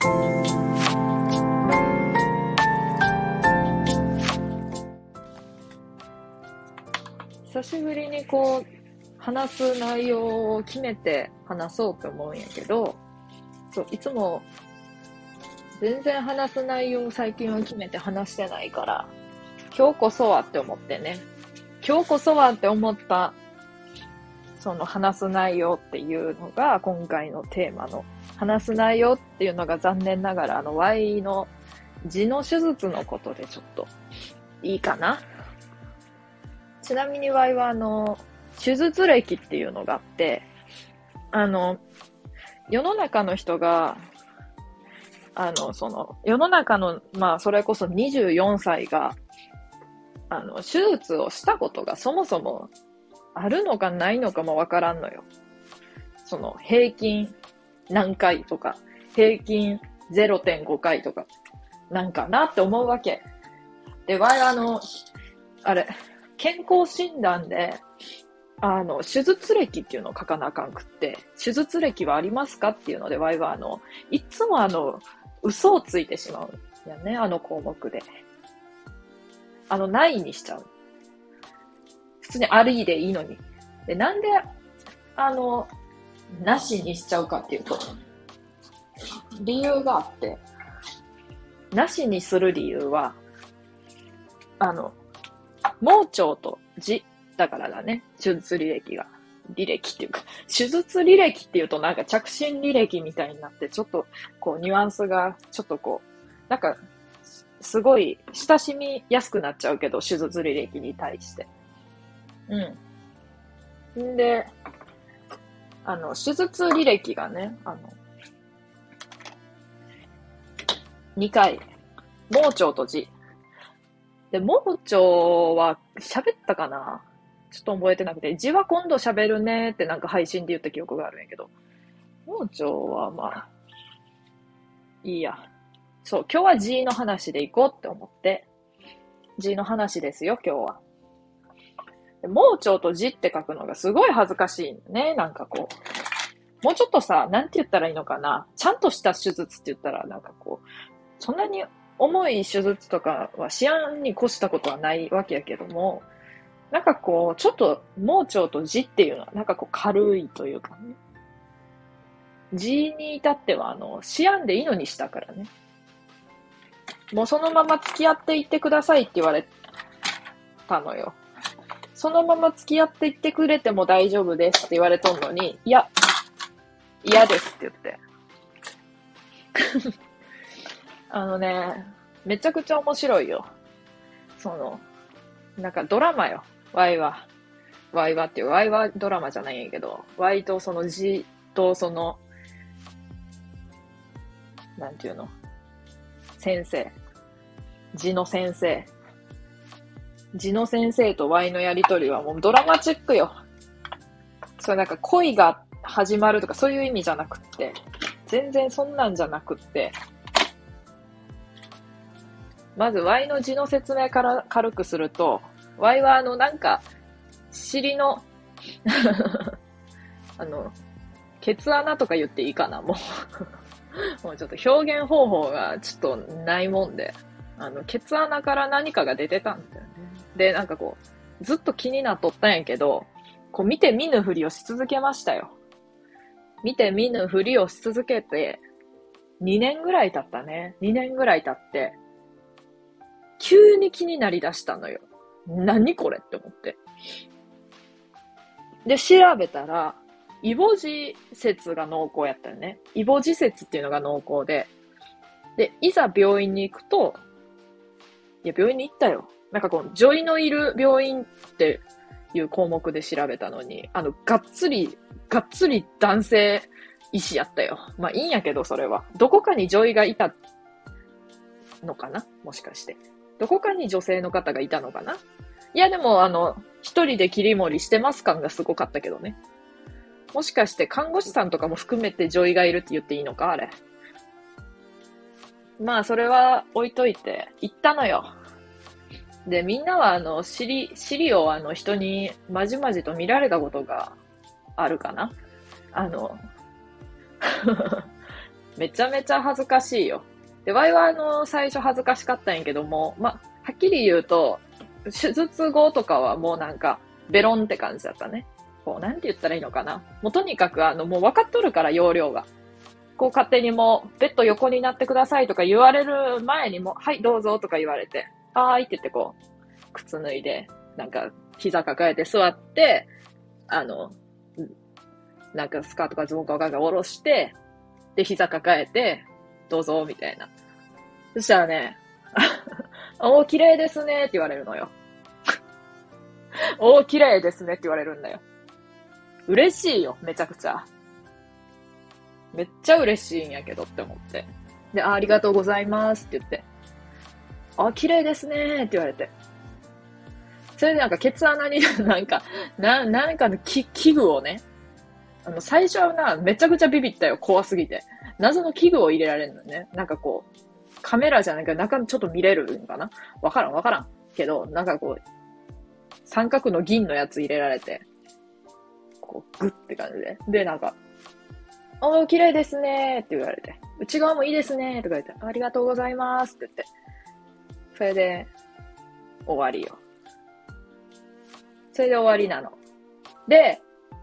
久しぶりにこう、話す内容を決めて話そうと思うんやけど、そう、いつも全然話す内容を最近は決めて話してないから、今日こそはって思ってね。今日こそはって思った、その話す内容っていうのが今回のテーマの話す内容っていうのが残念ながらY の痔の手術のことでちょっといいかな。ちなみにYは手術歴っていうのがあって、世の中の人が、世の中の、まあ、それこそ24歳が、手術をしたことがそもそもあるのかないのかもわからんのよ。平均何回とか、平均 0.5 回とか、なんかなって思うわけ。で、健康診断で、手術歴っていうのを書かなあかんくって、手術歴はありますかっていうので、ワイはいつも嘘をついてしまうんやね、項目で。ないにしちゃう。普通にありでいいのに。で、なんで、なしにしちゃうかっていうと、理由があって、なしにする理由は、盲腸と痔だからだね。手術履歴が。履歴っていうか、手術履歴っていうとなんか着信履歴みたいになって、ちょっとこうニュアンスがちょっとこう、なんかすごい親しみやすくなっちゃうけど、手術履歴に対して。んで、手術履歴がね、2回、盲腸と痔。で、盲腸は喋ったかなちょっと覚えてなくて、痔は今度喋るねってなんか配信で言った記憶があるんやけど、盲腸はまあ、いいや。そう、今日は痔の話で行こうって思って、痔の話ですよ、今日は。で盲腸と痔って書くのがすごい恥ずかしいんだね、なんかこう。もうちょっとさ、なんて言ったらいいのかな。ちゃんとした手術って言ったら、なんかこう、そんなに重い手術とかは試案に越したことはないわけやけども、なんかこう、ちょっと盲腸と痔っていうのは、なんかこう軽いというかね。痔に至っては、試案でいいのにしたからね。もうそのまま付き合っていってくださいって言われたのよ。そのまま付き合っていってくれても大丈夫ですって言われとんのに、いや、嫌ですって言って。めちゃくちゃ面白いよ。なんかドラマよ。ワイはっていう、ワイはドラマじゃないんやけど、ワイとそのGとなんていうの先生。Gの先生。Gの先生とワイのやりとりはもうドラマチックよ。それなんか恋が始まるとかそういう意味じゃなくって、全然そんなんじゃなくって、まず Y の字の説明から軽くすると、Y はなんか、尻のケツ穴とか言っていいかな、もう。もうちょっと表現方法がちょっとないもんで、ケツ穴から何かが出てたんだよね。で、なんかこう、ずっと気になっとったんやけど、こう見て見ぬふりをし続けましたよ。見て見ぬふりをし続けて、2年ぐらい経ったね。2年ぐらい経って、急に気になりだしたのよ。何これって思って。で、調べたら、イボ痔説が濃厚やったよね。イボ痔説っていうのが濃厚で。で、いざ病院に行くと、いや、病院に行ったよ。なんかこう、女医のいる病院っていう項目で調べたのに、がっつり男性医師やったよ。まあいいんやけど、それは。どこかに女医がいたのかなもしかして。どこかに女性の方がいたのかないや、でも、一人で切り盛りしてます感がすごかったけどね。もしかして看護師さんとかも含めて女医がいるって言っていいのかあれ。まあ、それは置いといて、行ったのよ。で、みんなは尻を人にまじまじと見られたことがあるかなめちゃめちゃ恥ずかしいよ。で、ワイは最初恥ずかしかったんやけども、はっきり言うと、手術後とかはもうなんか、ベロンって感じだったね。こう、なんて言ったらいいのかな。もうとにかくもう分かっとるから、容量が。こう勝手にもう、ベッド横になってくださいとか言われる前にも、はい、どうぞとか言われて、はーいって言ってこう、靴脱いで、なんか、膝抱えて座って、なんかスカートかズボンかわかんない下ろして、で、膝抱えて、どうぞ、みたいな。そしたらね、おー、綺麗ですねって言われるのよ。おー、綺麗ですねって言われるんだよ。嬉しいよ、めちゃくちゃ。めっちゃ嬉しいんやけどって思って。で、ありがとうございますって言って。あ、綺麗ですねって言われて。それでなんか、ケツ穴になんか、なんかの器具をね、最初はめちゃくちゃビビったよ、怖すぎて。謎の器具を入れられるのね。なんかこう、カメラじゃないか中ちょっと見れるのかなわからん。けど、なんかこう、三角の銀のやつ入れられて、こう、グッって感じで。で、なんか、おー、綺麗ですねーって言われて。内側もいいですねーとか言って、ありがとうございますって言って。それで、終わりよ。それで終わりなの。で、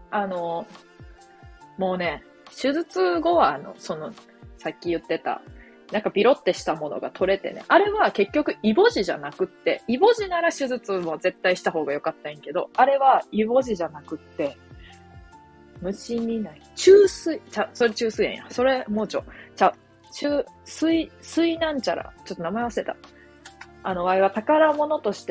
もうね、手術後はさっき言ってた、なんかビロってしたものが取れてね。あれは結局イボ痔じゃなくって、イボ痔なら手術も絶対した方が良かったんやけど、あれはイボ痔じゃなくって、虫にない。それ虫垂炎や。それ、もう水なんちゃら。ちょっと名前忘れた。ワイは宝物として、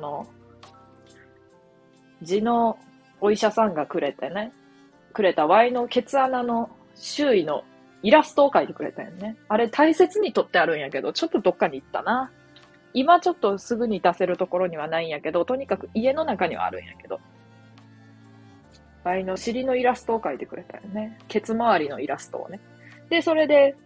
痔のお医者さんがくれたワイのケツ穴の周囲のイラストを描いてくれたよね。あれ大切に撮ってあるんやけど、ちょっとどっかに行ったな。今ちょっとすぐに出せるところにはないんやけど、とにかく家の中にはあるんやけど。ワイの尻のイラストを描いてくれたよね。ケツ周りのイラストをね。で、それで、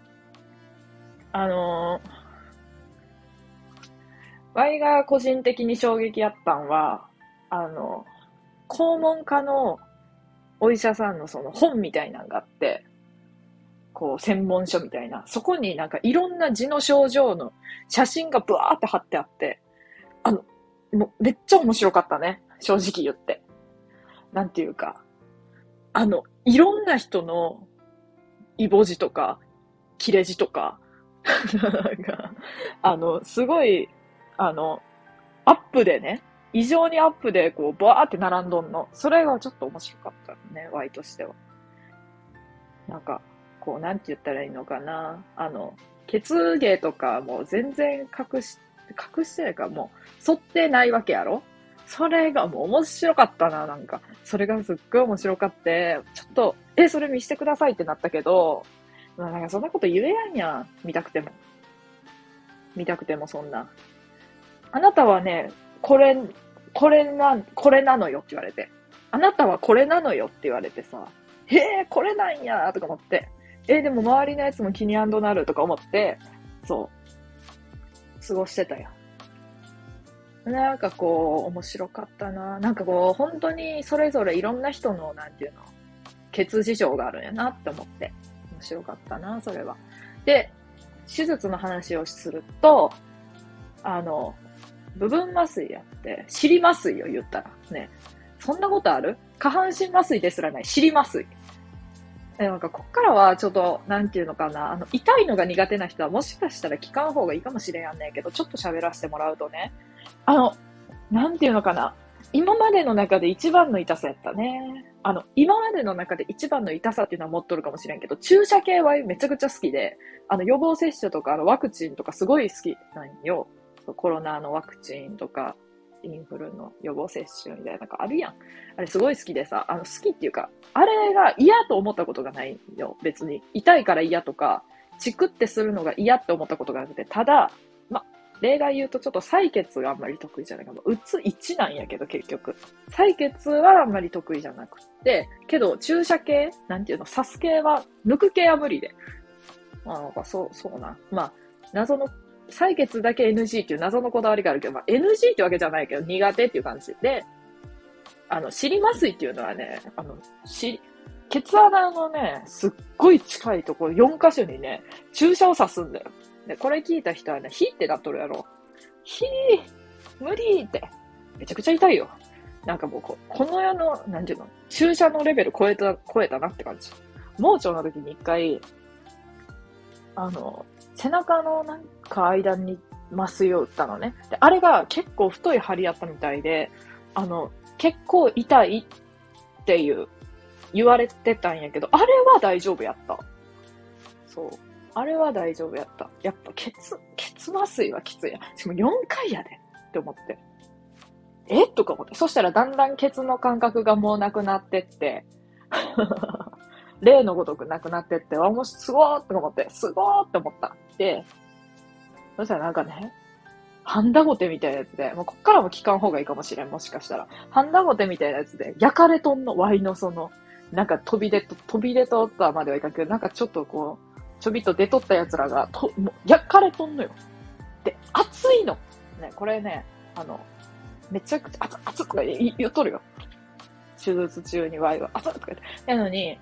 ワイが個人的に衝撃やったんは、肛門科のお医者さんのその本みたいなのがあって、こう、専門書みたいな。そこになんかいろんな痔の症状の写真がブワーって貼ってあって、もうめっちゃ面白かったね。正直言って。なんていうか、いろんな人のイボ痔とか、切れ痔とか、なんか、すごい、アップでね、異常にアップでこう、バーって並んどんの。それがちょっと面白かったね、ワイとしては。なんか、こう、なんて言ったらいいのかな。血芸とかもう全然隠してないからもう、沿ってないわけやろ。それがもう面白かったな、なんか。それがすっごい面白かって、ちょっと、それ見してくださいってなったけど、まあなんかそんなこと言えやんやん。見たくてもそんな。あなたはね、これなのよって言われて。あなたはこれなのよって言われてさ、これなんやとか思って。でも周りのやつも気になるとか思って、そう、過ごしてたよ。なんかこう、面白かったな。なんかこう、本当にそれぞれいろんな人の、なんていうの、血事情があるんやなって思って。面白かったな、それは。で、手術の話をすると、部分麻酔やって、尻麻酔を言ったら、ね。そんなことある？下半身麻酔ですらない、尻麻酔。なんか、こっからは、ちょっと、なんていうのかな、痛いのが苦手な人は、もしかしたら聞かん方がいいかもしれんやんねんけど、ちょっと喋らせてもらうとね、なんていうのかな、今までの中で一番の痛さやったね。今までの中で一番の痛さっていうのは持っとるかもしれんけど、注射系はめちゃくちゃ好きで、予防接種とか、ワクチンとかすごい好きなんよ。コロナのワクチンとか、インフルの予防接種みたいな、なんかあるやん。あれすごい好きでさ、好きっていうか、あれが嫌と思ったことがないよ、別に。痛いから嫌とか、チクってするのが嫌って思ったことがなくて、ただ、例外言うとちょっと採血があんまり得意じゃないかも。打つ1なんやけど結局。採血はあんまり得意じゃなくて、けど注射系なんていうの刺す系は、抜く系は無理で。なんかそうな。謎の、採血だけ NG っていう謎のこだわりがあるけど、NG ってわけじゃないけど苦手っていう感じで、尻麻酔っていうのはね、 ケツ穴のね、すっごい近いところ、4箇所にね、注射を刺すんだよ。で、これ聞いた人はね、ヒーってなっとるやろ。ヒー無理って。めちゃくちゃ痛いよ。なんかもうこの世の、なんていうの、注射のレベル超えたなって感じ。盲腸の時に一回、背中のなんか間に麻酔を打ったのね。で、あれが結構太い針やったみたいで、結構痛いって言われてたんやけど、あれは大丈夫やった。そう。あれは大丈夫やった。やっぱケツ麻酔はきついや。しかも4回やでって思って。とか思って。そしたらだんだんケツの感覚がもうなくなってって、例のごとくなくなってって、もうすごーって思って、すごーって思った。で、そしたらなんかね、ハンダゴテみたいなやつで、もうこっからも聞かん方がいいかもしれん、もしかしたら。ハンダゴテみたいなやつで、焼かれとんの、ワイのなんか飛び出とったまではいかんけど、なんかちょっとこう、ちょびっと出とった奴らが、もう焼かれとんのよ。で、熱いの。ね、これね、めちゃくちゃ熱っとか言っとるよ。手術中にワイが熱っとか言って。なのに、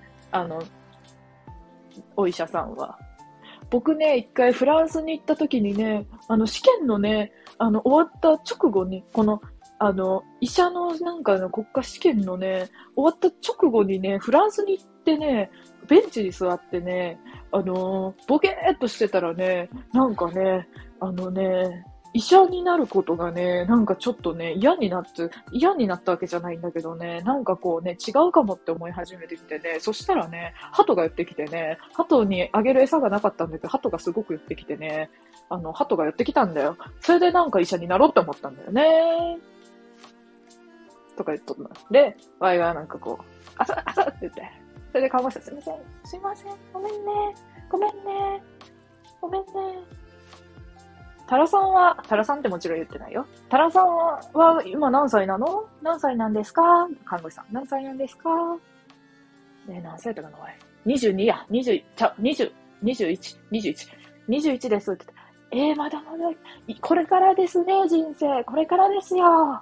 お医者さんは、僕ね、一回フランスに行った時にね、試験のね、終わった直後に、医者のなんかの国家試験のね、終わった直後にね、フランスに行ってね、ベンチに座ってね、ボケーっとしてたらね、なんかね、医者になることがね、なんかちょっとね、嫌になったわけじゃないんだけどね、なんかこうね、違うかもって思い始めてきてね、そしたらね、鳩が寄ってきてね、鳩にあげる餌がなかったんだけど、鳩がすごく寄ってきてね、鳩が寄ってきたんだよ。それでなんか医者になろうって思ったんだよね。とか言っとったの。で、ワイはなんかこう、あさって言って、それで看護師さん、すいません、ごめんね、ごめんね、ごめんね。タラさんってもちろん言ってないよ。タラさんは今何歳なの？何歳なんですか？看護師さん。何歳なんですか？ねえ、何歳だったかな、おい。22や。21ですって言って。まだまだ、これからですね、人生。これからですよ。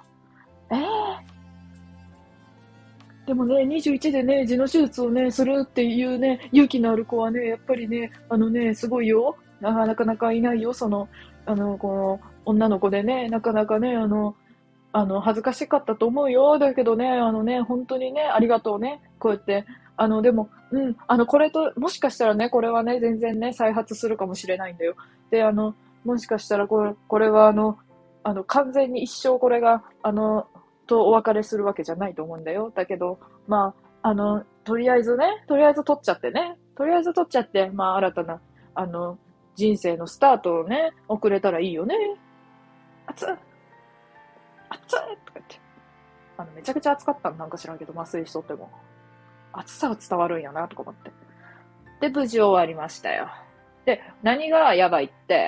でもね、21でね、痔の手術をね、するっていうね、勇気のある子はね、やっぱりね、すごいよ。なかなかいないよ、この、女の子でね、なかなかね、恥ずかしかったと思うよ。だけどね、本当にね、ありがとうね。こうやって、でも、これと、もしかしたらね、これはね、全然ね、再発するかもしれないんだよ。で、もしかしたらこれは完全に一生これが、とお別れするわけじゃないと思うんだよ。だけど、まあ、とりあえず取っちゃってね。とりあえず取っちゃって、まあ、新たな、人生のスタートをね、遅れたらいいよね。熱っ熱いとか言って。めちゃくちゃ熱かったんなんか知らんけど、麻酔しとっても。熱さが伝わるんやな、とか思って。で、無事終わりましたよ。で、何がやばいって、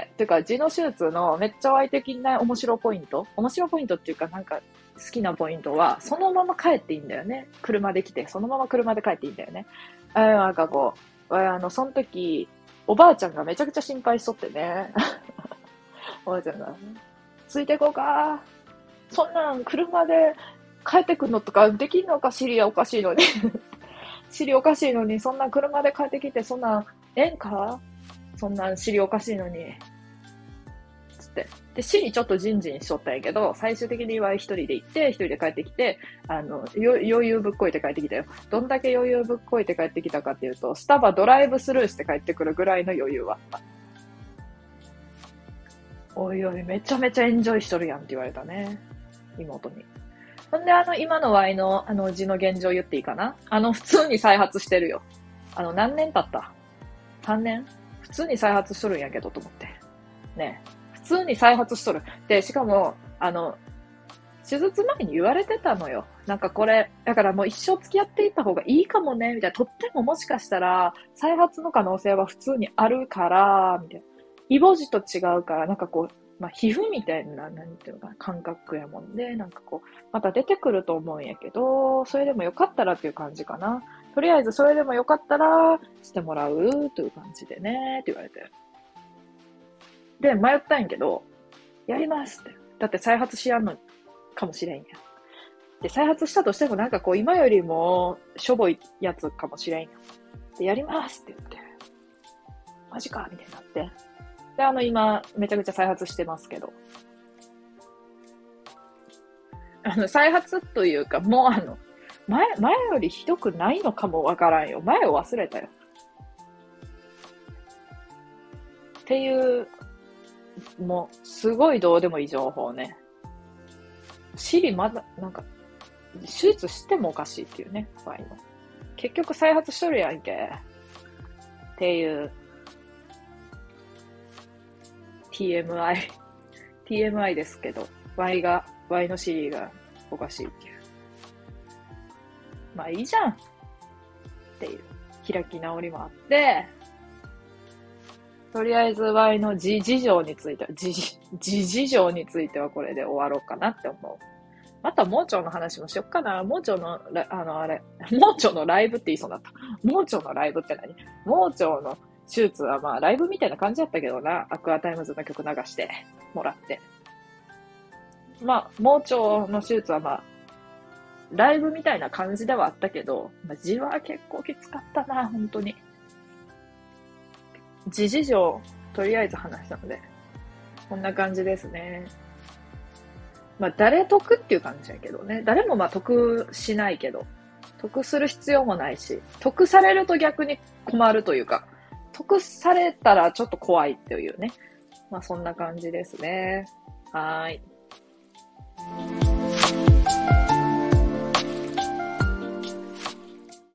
てか、痔の手術のめっちゃ湧いてきな面白ポイントっていうか、なんか、好きなポイントは、そのまま帰っていいんだよね。車で来て、そのまま車で帰っていいんだよね。なんかこう、その時、おばあちゃんがめちゃくちゃ心配しとってね。おばあちゃんが、ついてこうか。そんなん車で帰ってくんのとかできんのか、シリアおかしいのに。シリおかしいのに、そんな車で帰ってきて、そんなん、えんかそんなんシリおかしいのに。つって。で、シリちょっとジンジンしとったんやけど、最終的には一人で行って、一人で帰ってきて、余裕ぶっこいて帰ってきたよ。どんだけ余裕ぶっこいて帰ってきたかっていうと、スタバドライブスルーして帰ってくるぐらいの余裕はあった。おいおい、めちゃめちゃエンジョイしとるやんって言われたね。妹に。ほんで、今の Y の、字の現状言っていいかな。普通に再発してるよ。何年経った？ 3 年？普通に再発しとるんやけど、と思って。ね。普通に再発しとる。で、しかも、手術前に言われてたのよ。なんかこれ、だからもう一生付き合っていった方がいいかもね、みたいな。とってももしかしたら、再発の可能性は普通にあるから、みたいな。イボ痔と違うから、なんかこう、まあ、皮膚みたいな、なんていうのかな、感覚やもんで、なんかこう、また出てくると思うんやけど、それでもよかったらっていう感じかな。とりあえずそれでもよかったら、してもらうという感じでね、って言われて。で、迷ったんやけど、やりますって。だって再発しやんのかもしれんやん。 で、再発したとしてもなんかこう今よりもしょぼいやつかもしれんよ。で、やりますって言って、マジかみたいになって。で、今、めちゃくちゃ再発してますけど。再発というか、もう前よりひどくないのかもわからんよ。前を忘れたよ。っていう、もう、すごいどうでもいい情報ね。シリまだ、なんか、手術してもおかしいっていうね、場合も。結局再発しとるやんけ。っていう、TMI。TMI ですけど、Y のシリがおかしいっていう。まあいいじゃんっていう開き直りもあって、とりあえず Y の事情については、事情についてはこれで終わろうかなって思う。また盲腸の話もしよっかな。盲腸の、盲腸のライブって言いそうになった。盲腸のライブって何？盲腸の手術はまあライブみたいな感じだったけどな。アクアタイムズの曲流してもらって。まあ、盲腸の手術はまあ、ライブみたいな感じではあったけど、まあ、字は結構きつかったな、本当に。字事情、とりあえず話したので、こんな感じですね。まあ、誰得っていう感じやけどね。誰もまあ得しないけど、得する必要もないし、得されると逆に困るというか、得されたらちょっと怖いっていうね。まあ、そんな感じですね。はーい。